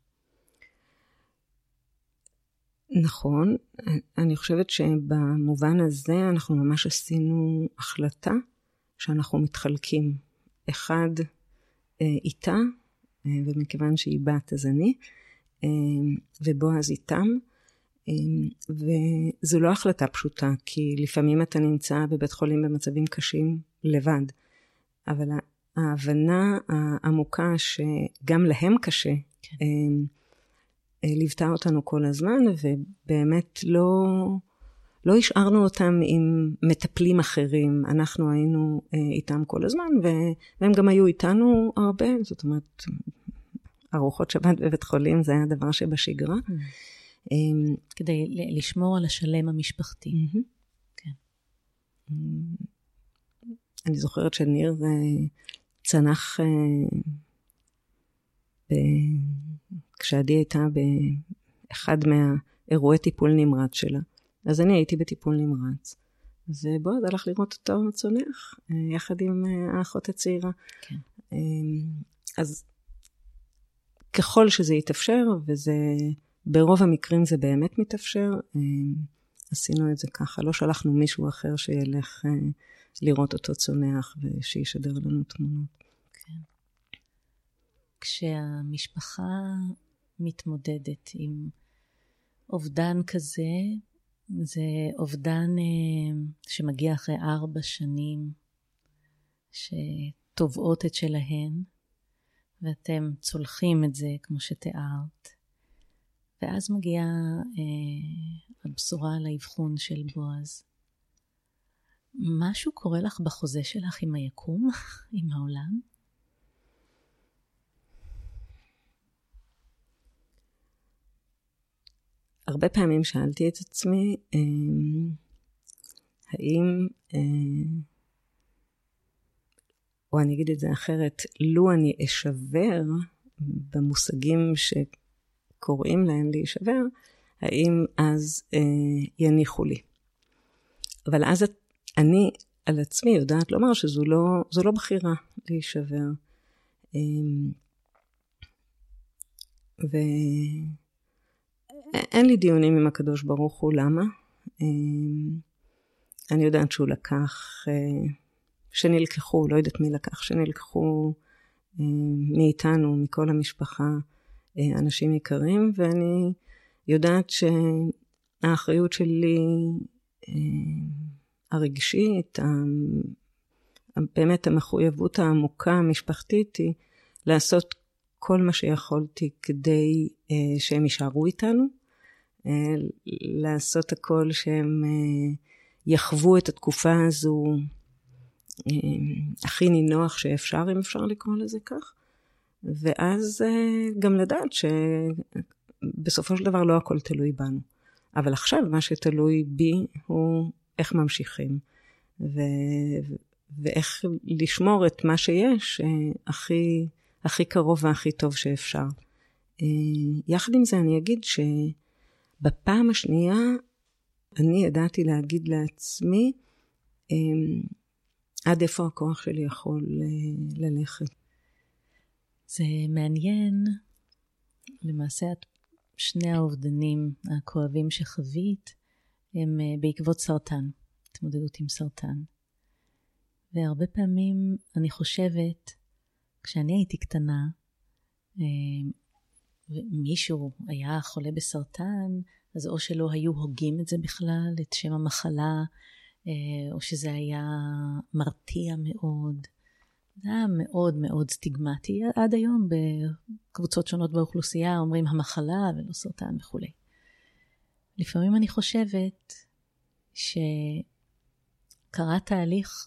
נכון, אני חושבת שבמובן הזה אנחנו ממש עשינו החלטה שאנחנו מתחלקים. אחד איתה, ומכיוון שהיא בת אז אני, ובועז איתם, וזו לא החלטה פשוטה, כי לפעמים אתה נמצא בבית חולים במצבים קשים לבד, אבל ההבנה העמוקה שגם להם קשה, כן. ליוותה אותנו כל הזמן, ובאמת לא, לא השארנו אותם עם מטפלים אחרים. אנחנו היינו איתם כל הזמן, והם גם היו איתנו הרבה. זאת אומרת, ארוחות שבת בבית חולים, זה היה דבר שבשגרה. כדי לשמור על השלם המשפחתי. כן. אני זוכרת שניר צנח ב... כשעדי הייתה באחד מהאירועי טיפול נמרץ שלה. אז אני הייתי בטיפול נמרץ. ובועז הלך לראות אותו צונח, יחד עם האחות הצעירה. כן. אז ככל שזה יתאפשר, וזה ברוב המקרים זה באמת מתאפשר, עשינו את זה ככה. לא שלחנו מישהו אחר שילך לראות אותו צונח ושישדר לנו תמונות. כן. כשהמשפחה מתמודדת עם אובדן כזה, זה אובדן שמגיע אחרי ארבע שנים, שטובעות את שלהן, ואתם צולחים את זה כמו שתיארת. ואז מגיעה אה, הבשורה על האבחון של בועז. משהו קורה לך בחוזה שלך עם היקום, עם העולם? הרבה פעמים שאלתי את עצמי, אה, האם, אה, או אני אגיד את זה אחרת, לו אני אשבר במושגים שקוראים להם להישבר, האם אז אה, יניחו לי. אבל אז אני על עצמי יודעת לומר שזו לא, זו לא בחירה להישבר. אה, ו... אין לי דיונים עם הקדוש ברוך הוא, למה? אני יודעת שהוא לקח, שנלקחו, לא יודעת מי לקח, שנלקחו מאיתנו, מכל המשפחה, אנשים יקרים, ואני יודעת שהאחריות שלי הרגשית, באמת המחויבות העמוקה המשפחתית היא לעשות כל מה שיכולתי כדי uh, שהם יישארו איתנו, uh, לעשות הכל שהם uh, יחוו את התקופה הזו uh, הכי נינוח שאפשר, אם אפשר לקרוא לזה כך, ואז uh, גם לדעת שבסופו של דבר לא הכל תלוי בנו. אבל עכשיו מה שתלוי בי הוא איך ממשיכים, ו- ואיך לשמור את מה שיש uh, הכי... הכי קרוב והכי טוב שאפשר. יחד עם זה אני אגיד שבפעם השנייה אני ידעתי להגיד לעצמי עד איפה הכוח שלי יכול ללכת. זה מעניין, למעשה שני האובדנים הכואבים שחווית הם בעקבות סרטן, התמודדות עם סרטן. והרבה פעמים אני חושבת, כשאני הייתי קטנה, מישהו היה חולה בסרטן, אז או שלא היו הוגים את זה בכלל, את שם המחלה, או שזה היה מרתיע מאוד. זה היה מאוד מאוד סטיגמטי. עד היום בקבוצות שונות באוכלוסייה אומרים המחלה ולא סרטן וכו'. לפעמים אני חושבת שקרה תהליך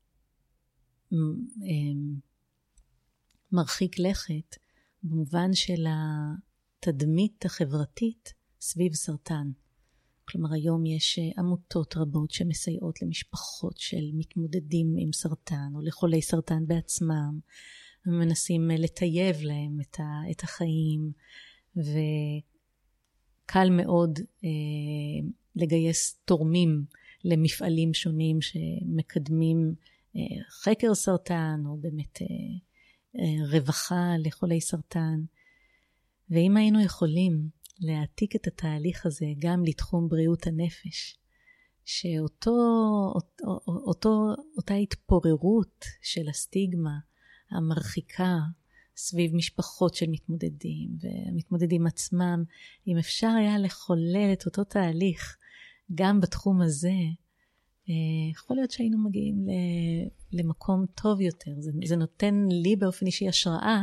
מרחיק לכת, במובן של התדמית החברתית סביב סרטן. כלומר, היום יש עמותות רבות שמסייעות למשפחות של מתמודדים עם סרטן, או לחולי סרטן בעצמם, ומנסים לטייב להם את, ה, את החיים, קל מאוד אה, לגייס תורמים למפעלים שונים שמקדמים אה, חקר סרטן, או באמת אה, אה, רווחה לחולי סרטן. ואם היינו יכולים להעתיק את התהליך הזה גם לתחום בריאות הנפש, שאותו, אותו, אותו, אותה התפוררות של הסטיגמה המרחיקה סביב משפחות של מתמודדים ומתמודדים עצמם, אם אפשר היה לחולל את אותו תהליך גם בתחום הזה, יכול להיות שהיינו מגיעים למקום טוב יותר. זה, זה נותן לי באופן אישי השראה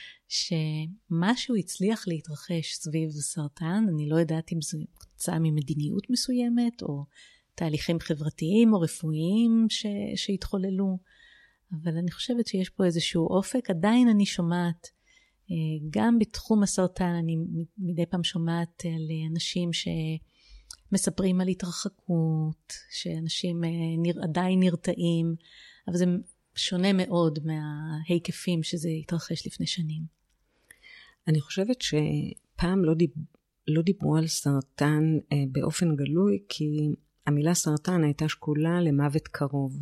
שמשהו הצליח להתרחש סביב סרטן. אני לא יודעת אם זה קצה ממדיניות מסוימת או תהליכים חברתיים או רפואיים ש, שהתחוללו, אבל אני חושבת שיש פה איזשהו אופק. עדיין אני שומעת, גם בתחום הסרטן, אני מדי פעם שומעת על אנשים שמספרים על התרחקות, שאנשים נר, עדיין נרתעים, אבל זה שונה מאוד מההיקפים שזה התרחש לפני שנים. אני חושבת שפעם לא, דיב, לא דיברו על סרטן באופן גלוי, כי המילה סרטן הייתה שקולה למוות קרוב.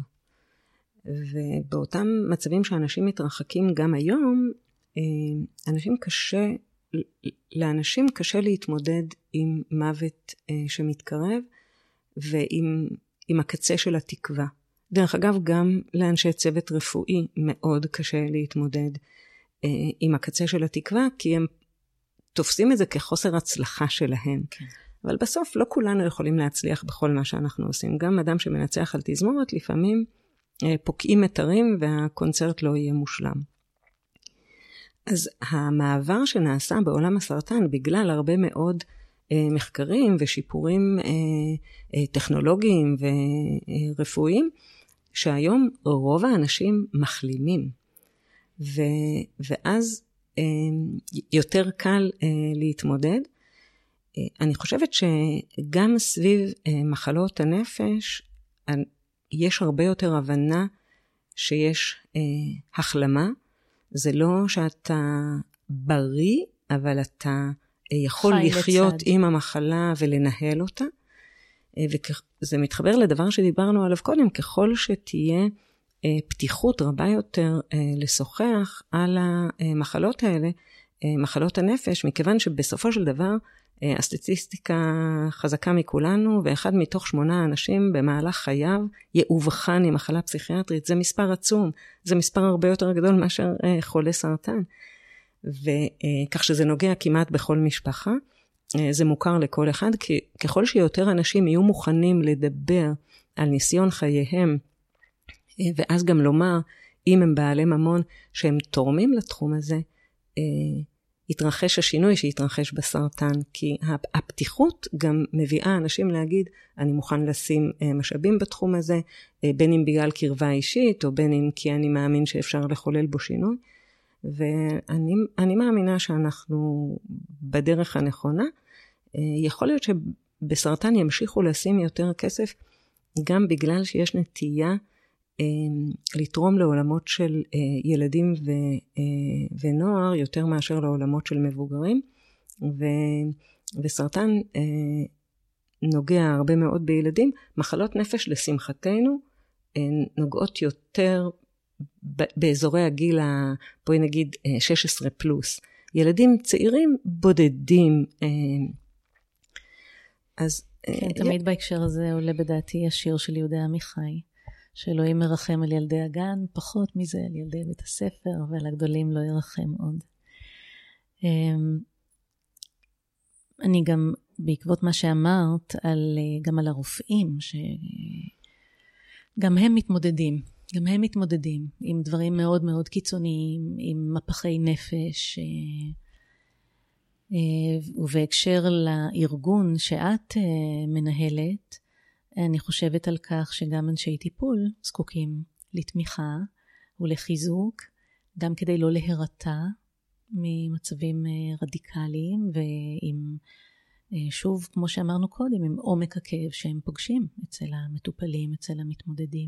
ובאותם מצבים שאנשים מתרחקים גם היום, אנשים קשה, לאנשים קשה להתמודד עם מוות שמתקרב, ועם עם הקצה של התקווה. דרך אגב, גם לאנשי צוות רפואי מאוד קשה להתמודד עם הקצה של התקווה, כי הם תופסים את זה כחוסר הצלחה שלהם. כן. אבל בסוף לא כולנו יכולים להצליח בכל מה שאנחנו עושים. גם אדם שמנצח על תזמורת, לפעמים פוקעים מתרים והקונצרט לא יהיה מושלם. אז המעבר שנעשה בעולם הסרטן, בגלל הרבה מאוד מחקרים ושיפורים טכנולוגיים ורפואיים, שהיום רוב האנשים מחלימים. ו, ואז יותר קל להתמודד. אני חושבת שגם סביב מחלות הנפש, יש הרבה יותר הבנה שיש החלמה. זה לא שאתה בריא, אבל אתה יכול לחיות לצד. עם המחלה ולנהל אותה. וזה מתחבר לדבר שדיברנו עליו קודם, ככל שתהיה פתיחות רבה יותר לשוחח על המחלות האלה, מחלות הנפש, מכיוון שבסופו של דבר, הסטטיסטיקה חזקה מכולנו, ואחד מתוך שמונה אנשים במהלך חייו יאובחן עם מחלה פסיכיאטרית. זה מספר עצום, זה מספר הרבה יותר גדול מאשר חולה סרטן. וכך שזה נוגע כמעט בכל משפחה, זה מוכר לכל אחד, כי ככל שיותר אנשים יהיו מוכנים לדבר על ניסיון חייהם, ואז גם לומר, אם הם בעלי ממון שהם תורמים לתחום הזה, יתרחש השינוי שיתרחש בסרטן, כי הפתיחות גם מביאה אנשים להגיד, אני מוכן לשים משאבים בתחום הזה, בין אם בגלל קרבה אישית, או בין אם כי אני מאמין שאפשר לחולל בו שינוי, ואני אני מאמינה שאנחנו בדרך הנכונה. יכול להיות שבסרטן ימשיכו לשים יותר כסף, גם בגלל שיש נטייה לתרום לעולמות של ילדים ונוער יותר מאשר לעולמות של מבוגרים, וסרטן נוגע הרבה מאוד בילדים. מחלות נפש לשמחתנו נוגעות יותר באזורי הגיל, בואי נגיד שש עשרה פלוס. ילדים צעירים בודדים. אז כן, תמיד בהקשר הזה עולה בדעתי השיר של יהודה עמיחי, שאלוהים מרחם על ילדי הגן, פחות מזה על ילדי בית הספר, ועל הגדולים לא ירחם עוד. אני גם, בעקבות מה שאמרת, על, גם על הרופאים, שגם הם מתמודדים, גם הם מתמודדים עם דברים מאוד מאוד קיצוניים, עם מפחי נפש, ובהקשר לארגון שאת מנהלת, אני חושבת על כך שגם אנשי טיפול זקוקים לתמיכה ולחיזוק, גם כדי לא להירתע ממצבים רדיקליים, ועם, שוב, כמו שאמרנו קודם, עם עומק הכאב שהם פוגשים אצל המטופלים, אצל המתמודדים.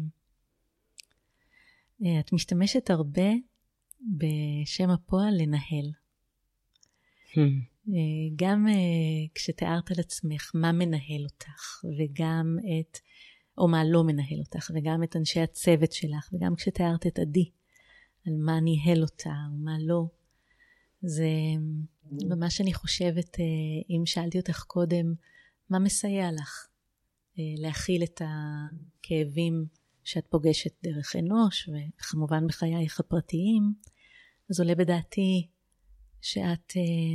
את משתמשת הרבה בשם הפועל לנהל. גם כשתיארת על עצמך מה מנהל אותך, וגם את, או מה לא מנהל אותך, וגם את אנשי הצוות שלך, וגם כשתיארת את עדי, על מה ניהל אותה ומה לא, זה ממש אני חושבת, אם שאלתי אותך קודם, מה מסייע לך להכיל את הכאבים שאת פוגשת דרך אנוש, וכמובן בחייך הפרטיים, אז עולה בדעתי שאת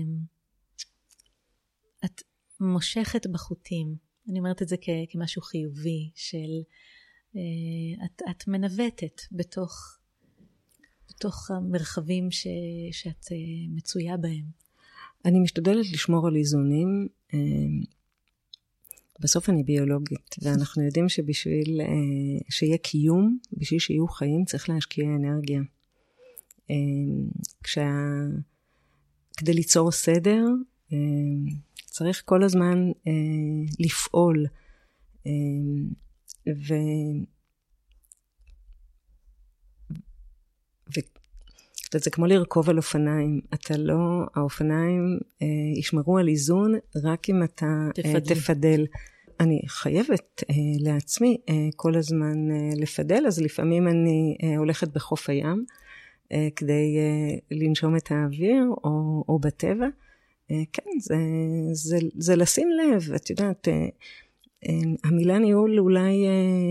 את מושכת בחוטים. אני אומרת את זה כ- כמשהו חיובי, של את, את מנווטת בתוך, בתוך המרחבים ש, שאת מצויה בהם. אני משתדלת לשמור על איזונים. בסוף אני ביולוגית, ואנחנו יודעים שבשביל שיהיה קיום, בשביל שיהיו חיים, צריך להשקיע אנרגיה. כשה... כדי ליצור סדר, צריך כל הזמן לפעול, ו... ו... זה כמו לרכוב על אופניים. אתה לא, האופניים ישמרו על איזון רק אם אתה תפדל. תפדל. אני חייבת לעצמי כל הזמן לפדל, אז לפעמים אני הולכת בחוף הים, כדי לנשום את האוויר, או, או בטבע. כן, זה, זה, זה לשים לב. את יודעת, המילה ניהול אולי,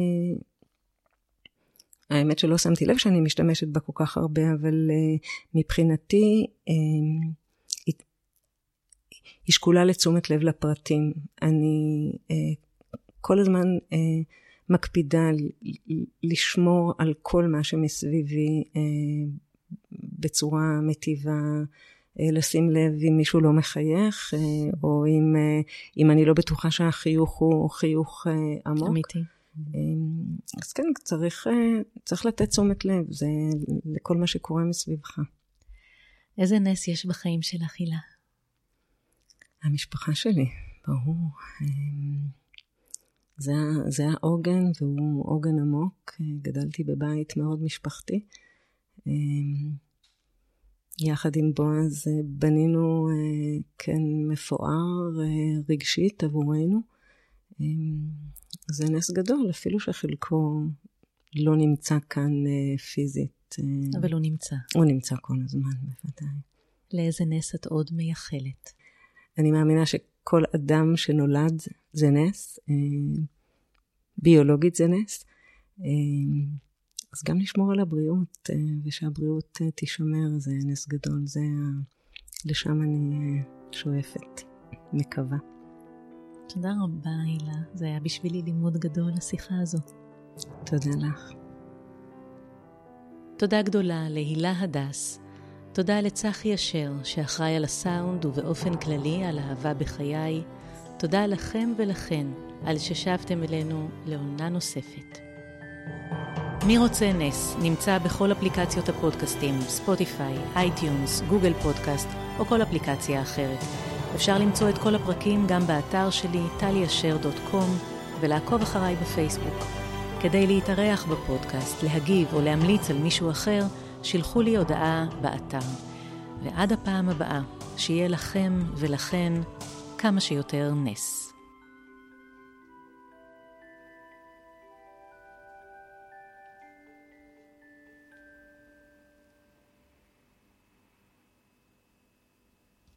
האמת שלא שמתי לב שאני משתמשת בה כל כך הרבה, אבל מבחינתי, היא שקולה לתשומת לב לפרטים. אני כל הזמן מקפידה לשמור על כל מה שמסביבי בצורה מטיבה, לשים לב אם מישהו לא מחייך, או אם, אם אני לא בטוחה שהחיוך הוא חיוך עמוק. אמיתי. אז כן, צריך, צריך לתת תשומת לב, זה לכל מה שקורה מסביבך. איזה נס יש בחיים שלך, הילה? המשפחה שלי, ברור. זה, זה העוגן, והוא עוגן עמוק. גדלתי בבית מאוד משפחתי. יחד עם בועז בנינו כן מפואר רגשית עבורנו. זה נס גדול, אפילו שחלקו לא נמצא כאן פיזית. אבל הוא נמצא. הוא נמצא כל הזמן, בוודאי. לאיזה נס את עוד מייחלת? אני מאמינה שכל אדם שנולד זה נס, ביולוגית זה נס, אז גם לשמור על הבריאות, ושהבריאות תישמר, זה נס גדול, זה לשם אני שואפת, מקווה. תודה רבה, הילה, זה היה בשבילי לימוד גדול השיחה הזו. תודה לך. תודה גדולה להילה הדס, תודה לצחי אשר שאחראי על הסאונד ובאופן כללי על אהבה בחיי. תודה לכם ולכן על ששבתם אלינו לעונה נוספת. מי רוצה נס נמצא בכל אפליקציות הפודקאסטים, ספוטיפיי, אייטיונס, גוגל פודקאסט או כל אפליקציה אחרת. אפשר למצוא את כל הפרקים גם באתר שלי טלי אשר דוט קום ולעקוב אחריי בפייסבוק. כדי להתארח בפודקאסט, להגיב או להמליץ על מישהו אחר, שילחו לי הודעה באתר. ועד הפעם הבאה, שיהיה לכם ולכן כמה שיותר נס.